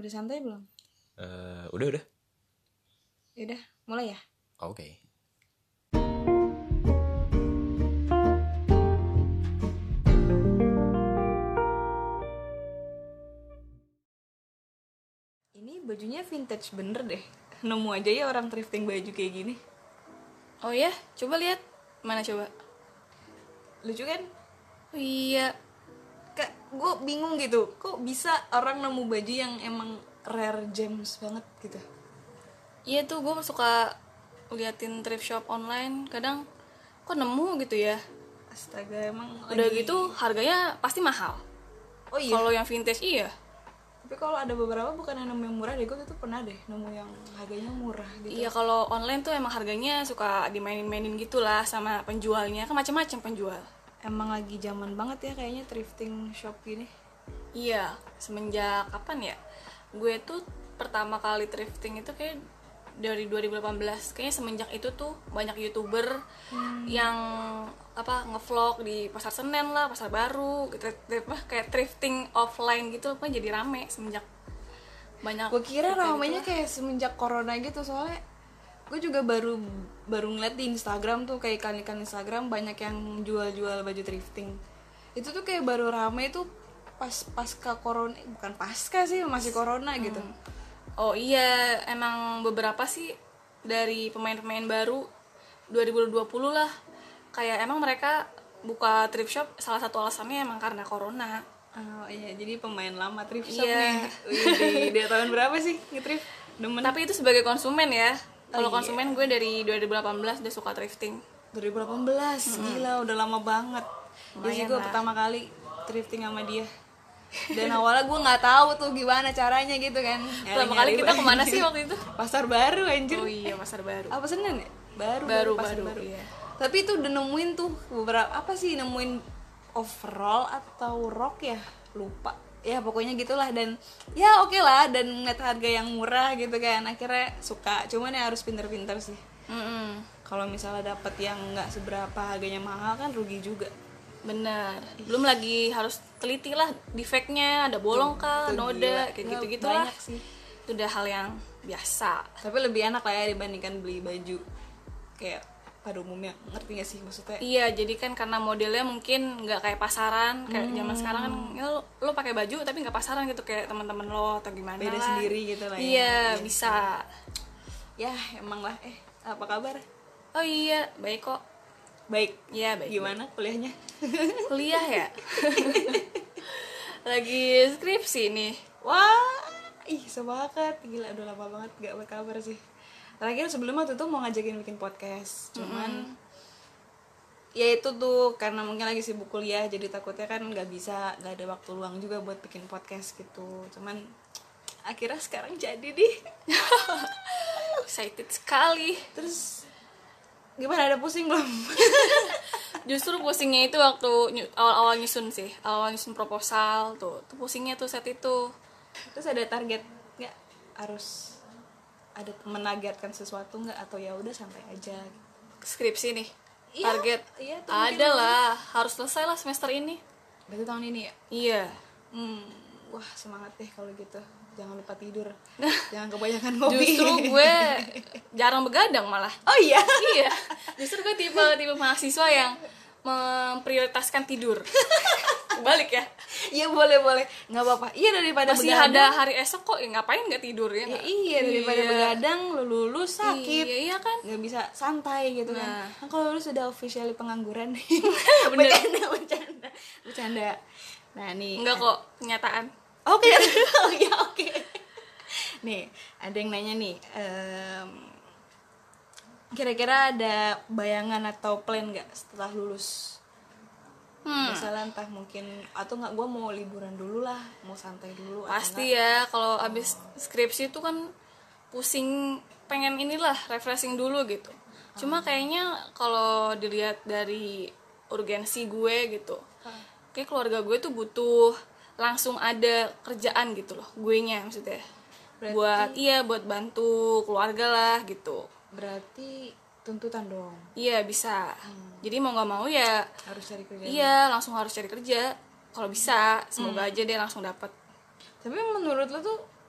Udah santai belum? Udah. Yaudah, mulai ya? Oke. Ini bajunya vintage bener deh. Nemu aja ya orang thrifting baju kayak gini. Oh ya, coba lihat. Mana coba? Lucu kan? Oh iya. Gue bingung gitu. Kok bisa orang nemu baju yang emang rare gems banget gitu? Iya tuh, gue suka liatin thrift shop online. Kadang kok nemu gitu ya. Astaga, emang Udah lagi... gitu harganya pasti mahal. Oh iya? Kalau yang vintage iya. Tapi kalau ada beberapa bukan yang nemu yang murah deh. Gue tuh pernah deh nemu yang harganya murah gitu. Iya, kalau online tuh emang harganya suka dimainin-mainin gitulah sama penjualnya. Kan macam-macam penjual. Emang lagi zaman banget ya kayaknya thrifting shop gini. Iya, semenjak kapan ya? Gue tuh pertama kali thrifting itu kayak dari 2018. Kayaknya semenjak itu tuh banyak YouTuber yang ngevlog di Pasar Senen lah, Pasar Baru, gitu, kayak thrifting offline gitu, kan jadi rame semenjak banyak. Gue kira kayak ramainya gitu. kayak semenjak corona gitu, soalnya gue juga baru ngeliat di Instagram tuh, kayak iklan Instagram banyak yang jual-jual baju thrifting. Itu tuh kayak baru rame tuh pas pasca corona, bukan pasca sih, masih corona gitu. Oh iya, emang beberapa sih dari pemain-pemain baru 2020 lah. Kayak emang mereka buka thrift shop salah satu alasannya emang karena corona. Oh iya, jadi pemain lama thrift shop Iya. nih. Wih, dia tahun berapa sih nge-thrift? Demen. Tapi itu sebagai konsumen ya. Kalau iya. konsumen gue dari 2018 udah suka thrifting. 2018, gila udah lama banget. Jadi Lumayan gue lah. pertama kali thrifting sama dia. Dan awalnya gue nggak tahu tuh gimana caranya gitu kan. Pertama kali kita kemana sih waktu itu? Pasar Baru anjir. Oh iya, Pasar Baru. Apa Senen ya? Pasar Baru, Baru. iya. Tapi itu udah nemuin tuh beberapa, apa sih, nemuin overall atau rok ya, lupa ya, pokoknya gitulah. Dan ya oke lah, dan ngeliat harga yang murah gitu kan, akhirnya suka. Cuman ya harus pinter-pinter sih. Kalau misalnya dapet yang nggak seberapa harganya mahal kan rugi juga. Bener. Belum lagi harus teliti lah defeknya, ada bolong kah, Tuh, noda, gila. kayak Ya, gitu-gitu lah. banyak sih. Itu udah hal yang biasa. Tapi lebih enak lah ya dibandingkan beli baju kayak pada umumnya, ngerti gak sih maksudnya? Iya, jadi kan karena modelnya mungkin nggak kayak pasaran, kayak zaman sekarang kan ya lo pakai baju tapi nggak pasaran gitu kayak teman-teman lo atau gimana Beda lah. sendiri gitu lah ya. Iya, bisa. Ya emang lah. Apa kabar? Oh iya, baik kok. Baik. Iya, baik. Gimana kuliahnya? Kuliah ya? Lagi skripsi nih. Wah, semangat. Gila, udah lama banget gak berkabar sih. Terakhir sebelumnya tuh mau ngajakin bikin podcast. Cuman ya itu tuh karena mungkin lagi sibuk kuliah, jadi takutnya kan gak ada waktu luang juga buat bikin podcast gitu. Cuman akhirnya sekarang jadi deh. Excited sekali. Terus gimana, ada pusing belum? Justru pusingnya itu waktu awal-awal nyusun sih. Awal nyusun proposal tuh pusingnya tuh saat itu. Terus ada target nggak, harus ada menargetkan sesuatu nggak, atau ya udah santai aja? Skripsi nih. Iya, Target. iya, tuh Ada lah, harus selesai lah semester ini. Berarti tahun ini ya? Iya. Wah, semangat deh kalau gitu. Jangan lupa tidur. Jangan kebanyakan ngopi. Justru gue jarang begadang malah. Oh iya. Iya. Justru gue tipe mahasiswa yang memprioritaskan tidur. Balik ya. Iya, boleh. Nggak apa-apa. Iya, daripada Masih begadang. ada hari esok kok, ya ngapain nggak tidur ya? Ya, iya, daripada begadang lu lulus sakit. Iya kan? Nggak bisa santai gitu Nah. kan. Kalau lu sudah officially pengangguran. Bener. Bercanda. Nah, nih. Enggak kok, kenyataan. Oke. Oh ya, oke. Nih, ada yang nanya nih, kira-kira ada bayangan atau plan nggak setelah lulus? Misalnya entah mungkin, atau nggak, gue mau liburan dulu lah, mau santai dulu. Pasti ya, kalau abis skripsi itu kan pusing, pengen inilah refreshing dulu gitu. Cuma kayaknya kalau dilihat dari urgensi gue gitu, kayak keluarga gue tuh butuh langsung ada kerjaan gitu loh, guenya maksudnya. Buat bantu keluarga lah gitu. Berarti tuntutan dong, Iya bisa. Jadi mau nggak mau ya harus cari kerja. iya langsung harus cari kerja. Kalau bisa, semoga aja deh langsung dapat. Tapi menurut lo tuh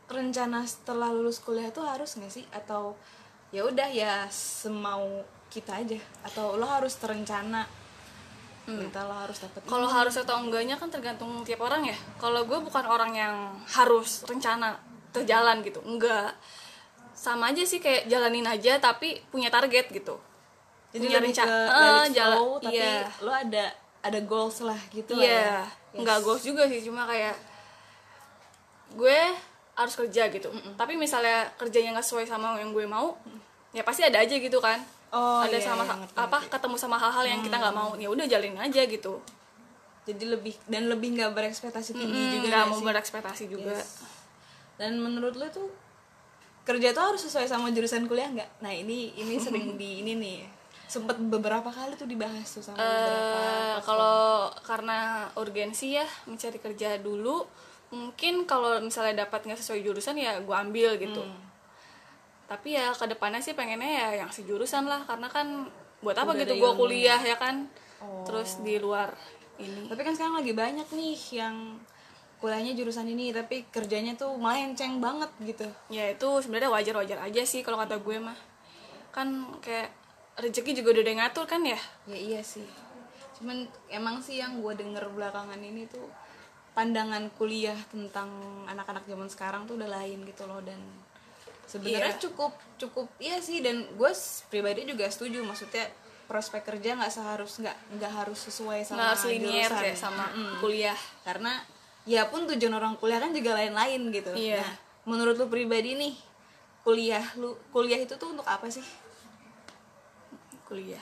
rencana setelah lulus kuliah tuh harus nggak sih, atau ya udah ya semau kita aja, atau lo harus terencana, kita lo harus dapat Kalau harus atau enggaknya kan tergantung tiap orang ya. Kalau gue bukan orang yang harus rencana terjalan gitu, enggak. Sama aja sih kayak jalanin aja tapi punya target gitu. jadi punya lebih ke rencana- let it jalan- flow, tapi iya. lo ada goals lah gitu lah Iya, ya. Yes. nggak goals juga sih, cuma kayak gue harus kerja gitu. Tapi misalnya kerjanya nggak sesuai sama yang gue mau, ya pasti ada aja gitu kan. Oh, ada iya, sama iya, ngerti, apa ngerti. ketemu sama hal-hal yang kita nggak mau, ya udah jalin aja gitu. Jadi lebih nggak berekspektasi tinggi juga Nggak nggak mau sih? berekspektasi juga. Yes. Dan menurut lo tuh kerja tuh harus sesuai sama jurusan kuliah nggak? Nah ini sering ini nih, sempet beberapa kali tuh dibahas tuh sama beberapa platform. Kalau karena urgensi ya mencari kerja dulu, mungkin kalau misalnya dapat nggak sesuai jurusan ya gue ambil gitu. Tapi ya kedepannya sih pengennya ya yang sejurusan lah, karena kan buat apa Udah gitu ada gue ilmunya. kuliah ya kan. Oh. Terus di luar ini. Tapi kan sekarang lagi banyak nih yang kuliahnya jurusan ini tapi kerjanya tuh melenceng banget gitu. Ya itu sebenarnya wajar-wajar aja sih kalau kata gue mah. Kan kayak rezeki juga udah ada yang ngatur kan ya. Ya iya sih. Cuman emang sih yang gue denger belakangan ini tuh pandangan kuliah tentang anak-anak zaman sekarang tuh udah lain gitu loh, dan sebenarnya Iya. cukup iya sih, dan gue pribadi juga setuju, maksudnya prospek kerja nggak harus sesuai sama Nggak harus linear jurusan. kayak sama kuliah. Karena ya pun tujuan orang kuliah kan juga lain-lain gitu. Iya. Nah, menurut lu pribadi nih, kuliah itu tuh untuk apa sih? Kuliah.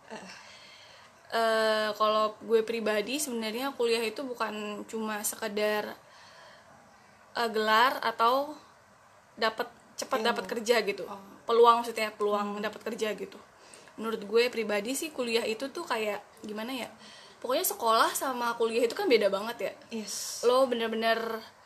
Kalau gue pribadi sebenarnya kuliah itu bukan cuma sekedar gelar atau cepat dapat kerja gitu. Peluang maksudnya peluang dapat kerja gitu. Menurut gue pribadi sih kuliah itu tuh kayak gimana ya? Pokoknya sekolah sama kuliah itu kan beda banget ya. Yes. Lo bener-bener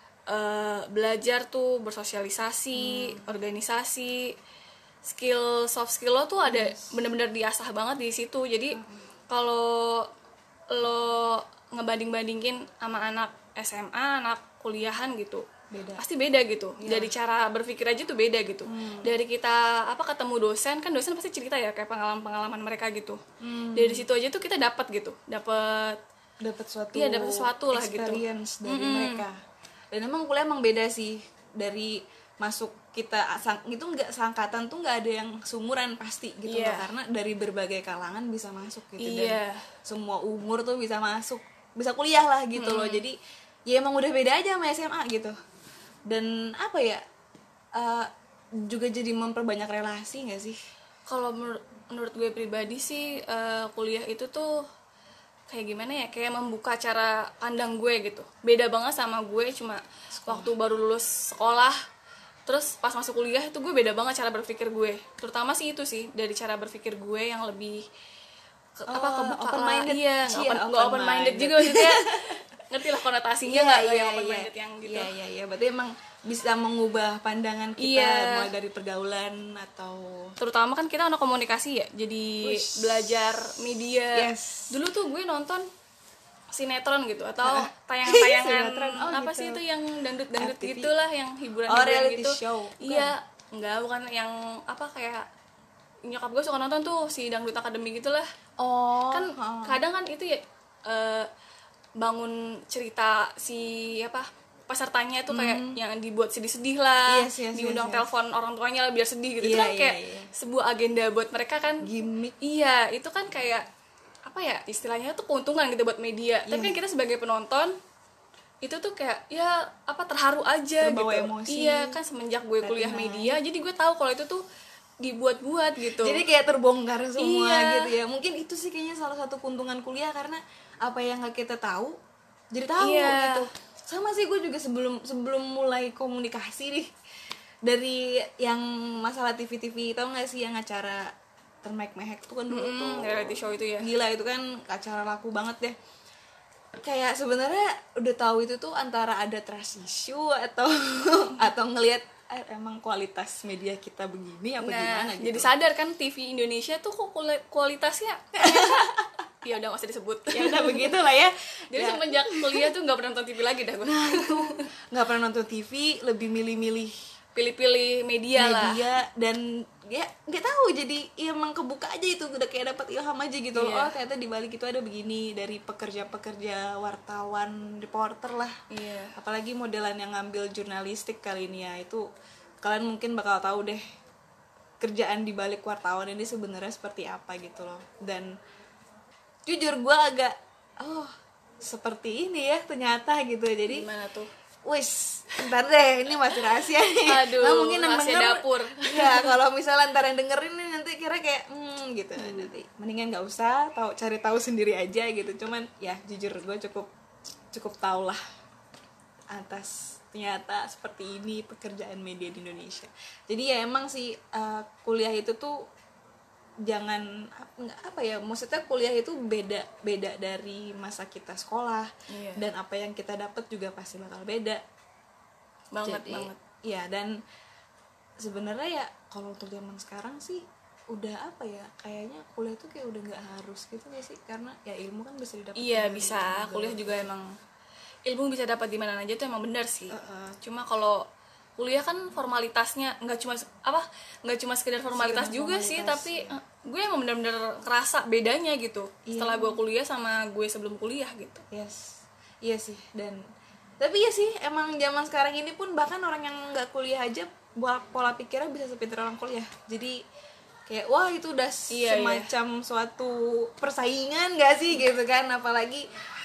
belajar tuh bersosialisasi, organisasi, soft skill lo tuh ada bener-bener diasah banget di situ. Jadi kalau lo ngebanding-bandingin sama anak SMA, anak kuliahan gitu, Beda. pasti beda gitu. Dari cara berpikir aja tuh beda gitu. Dari kita ketemu dosen, kan dosen pasti cerita ya kayak pengalaman-pengalaman mereka gitu. Dari situ aja tuh kita dapat gitu, dapat Suatu Iya, dapat sesuatu lah gitu. experience dari mereka. Dan emang kuliah emang beda sih, dari masuk kita itu nggak seangkatan tuh nggak ada yang seumuran pasti gitu Iya. loh, karena dari berbagai kalangan bisa masuk gitu. Iya. Dan semua umur tuh bisa masuk, bisa kuliah lah gitu loh. Jadi ya emang udah beda aja sama SMA gitu. Dan apa ya, juga jadi memperbanyak relasi nggak sih? Kalau menurut gue pribadi sih kuliah itu tuh kayak gimana ya, kayak membuka cara pandang gue gitu. Beda banget sama gue cuma waktu baru lulus sekolah, terus pas masuk kuliah itu gue beda banget cara berpikir gue. Terutama sih itu sih, dari cara berpikir gue yang lebih kebuka open lah. minded. Iya, Cie, nggak open minded juga maksudnya. Ngerti lah konotasinya nggak yang open minded yang gitu. Iya, berarti emang bisa mengubah pandangan kita, Iya. mulai dari pergaulan atau Terutama kan kita anak komunikasi ya, jadi Wish. belajar media. Yes. Dulu tuh gue nonton sinetron gitu atau tayangan-tayangan Sinetron, apa gitu. sih itu yang dangdut-dangdut RTP. gitulah, yang hiburan reality gitu. show, bukan? Iya, bukan yang kayak nyokap gue suka nonton tuh si Dangdut Academy gitulah. Kan kadang kan itu ya bangun cerita si pesertanya tuh kayak yang dibuat sedih-sedih lah, Yes, diundang yes. telepon orang tuanya lah biar sedih gitu. Itu Iya, kan iya, kayak iya. sebuah agenda buat mereka kan. gimmick. Iya, itu kan kayak apa ya istilahnya tuh keuntungan gitu buat media. Tapi kan kita sebagai penonton itu tuh kayak ya terharu aja Terbawa gitu. emosi. Iya, kan semenjak gue kuliah media, jadi gue tahu kalau itu tuh dibuat-buat gitu. Jadi kayak terbongkar semua Iya. gitu ya. Mungkin itu sih kayaknya salah satu keuntungan kuliah, karena apa yang nggak kita tahu jadi tahu Iya. gitu. Sama sih gue juga sebelum mulai komunikasi nih, dari yang masalah TV tau nggak sih yang acara Termehek-mehek tuh kan dulu tuh reality show itu ya. gila, itu kan acara laku banget deh. Kayak sebenarnya udah tahu itu tuh antara ada trust issue atau ngelihat emang kualitas media kita begini apa gimana gitu. Jadi sadar kan TV Indonesia tuh kok kualitasnya Ya udah nggak usah disebut. Ya udah begitulah ya. Jadi Ya. semenjak kuliah tuh nggak pernah nonton TV lagi dah gue. Nah itu nggak pernah nonton TV, lebih milih-milih Pilih-pilih media lah. media dan ya nggak tahu, jadi ya emang kebuka aja itu, udah kayak dapat ilham aja gitu loh. Iya. Oh ternyata di balik itu ada begini, dari pekerja-pekerja wartawan, reporter lah. Iya. Apalagi modelan yang ngambil jurnalistik kali ini ya, itu kalian mungkin bakal tahu deh kerjaan di balik wartawan ini sebenarnya seperti apa gitu loh. Dan jujur gue agak seperti ini ya ternyata gitu. Jadi Gimana tuh? wis, ntar deh, ini masih rahasia nih. Aduh, Nah, mungkin yang rahasia denger, dapur. ya kalau misalnya ntar yang dengerin nih nanti kira kayak gitu. Nanti mendingan nggak usah, cari tahu sendiri aja gitu. Cuman ya jujur gue cukup tau lah atas ternyata seperti ini pekerjaan media di Indonesia. Jadi ya emang sih kuliah itu tuh jangan apa ya, maksudnya kuliah itu beda dari masa kita sekolah. Iya. Dan apa yang kita dapat juga pasti bakal beda Banget. ya. Dan sebenarnya ya kalau untuk zaman sekarang sih udah apa ya, kayaknya kuliah tuh kayak udah nggak harus gitu nggak sih, karena ya ilmu kan bisa didapat Iya dari bisa, mana kuliah juga emang ilmu bisa dapat di mana aja tuh emang benar sih. Uh-uh. Cuma kalau kuliah kan formalitasnya nggak cuma sekedar formalitas Sekedar juga sih, formalitas, tapi gue emang benar-benar kerasa bedanya gitu Iya. setelah gue kuliah sama gue sebelum kuliah gitu. Yes, iya sih. Dan tapi ya sih emang zaman sekarang ini pun bahkan orang yang nggak kuliah aja pola pikirnya bisa sepintar orang kuliah. Jadi kayak wah itu udah Iya, semacam suatu persaingan gak sih gitu kan, apalagi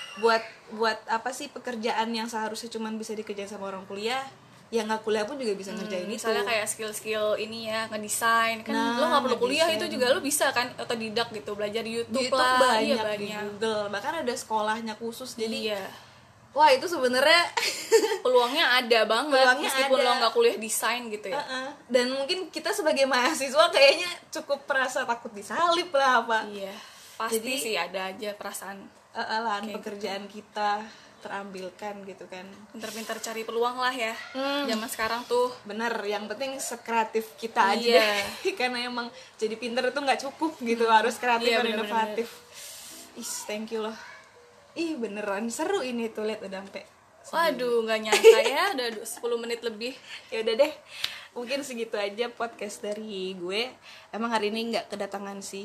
buat apa sih pekerjaan yang seharusnya cuman bisa dikerjain sama orang kuliah, yang nggak kuliah pun juga bisa ngerjain itu. Misalnya kayak skill ini ya, ngedesain kan, Nah, lo nggak perlu kuliah ngedesain. itu juga lo bisa kan otodidak gitu, belajar di di YouTube, YouTube lah. banyak, Iya, di Google, bahkan ada sekolahnya khusus. Jadi iya. wah itu sebenarnya Peluangnya ada banget Peluangnya meskipun ada. lo nggak kuliah desain gitu ya. dan mungkin kita sebagai mahasiswa kayaknya cukup merasa takut disalip lah apa. Iya, pasti Jadi- sih ada aja perasaan Lahan Kayak pekerjaan kita terambilkan gitu kan. pintar-pintar cari peluang lah ya. Hmm. Zaman sekarang tuh. Bener, yang penting sekreatif kita aja Iya. deh. Karena emang jadi pinter itu nggak cukup gitu, harus kreatif Iya, dan bener-bener. inovatif. Thank you loh. Beneran seru ini tuh, lihat udah sampai. Waduh, nggak nyangka ya, udah 10 menit lebih. Ya udah deh, mungkin segitu aja podcast dari gue. Emang hari ini nggak kedatangan si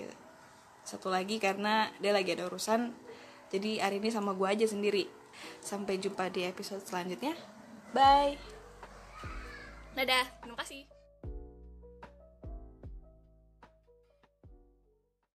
satu lagi karena dia lagi ada urusan. Jadi hari ini sama gue aja sendiri. Sampai jumpa di episode selanjutnya. Bye. Dadah, terima kasih.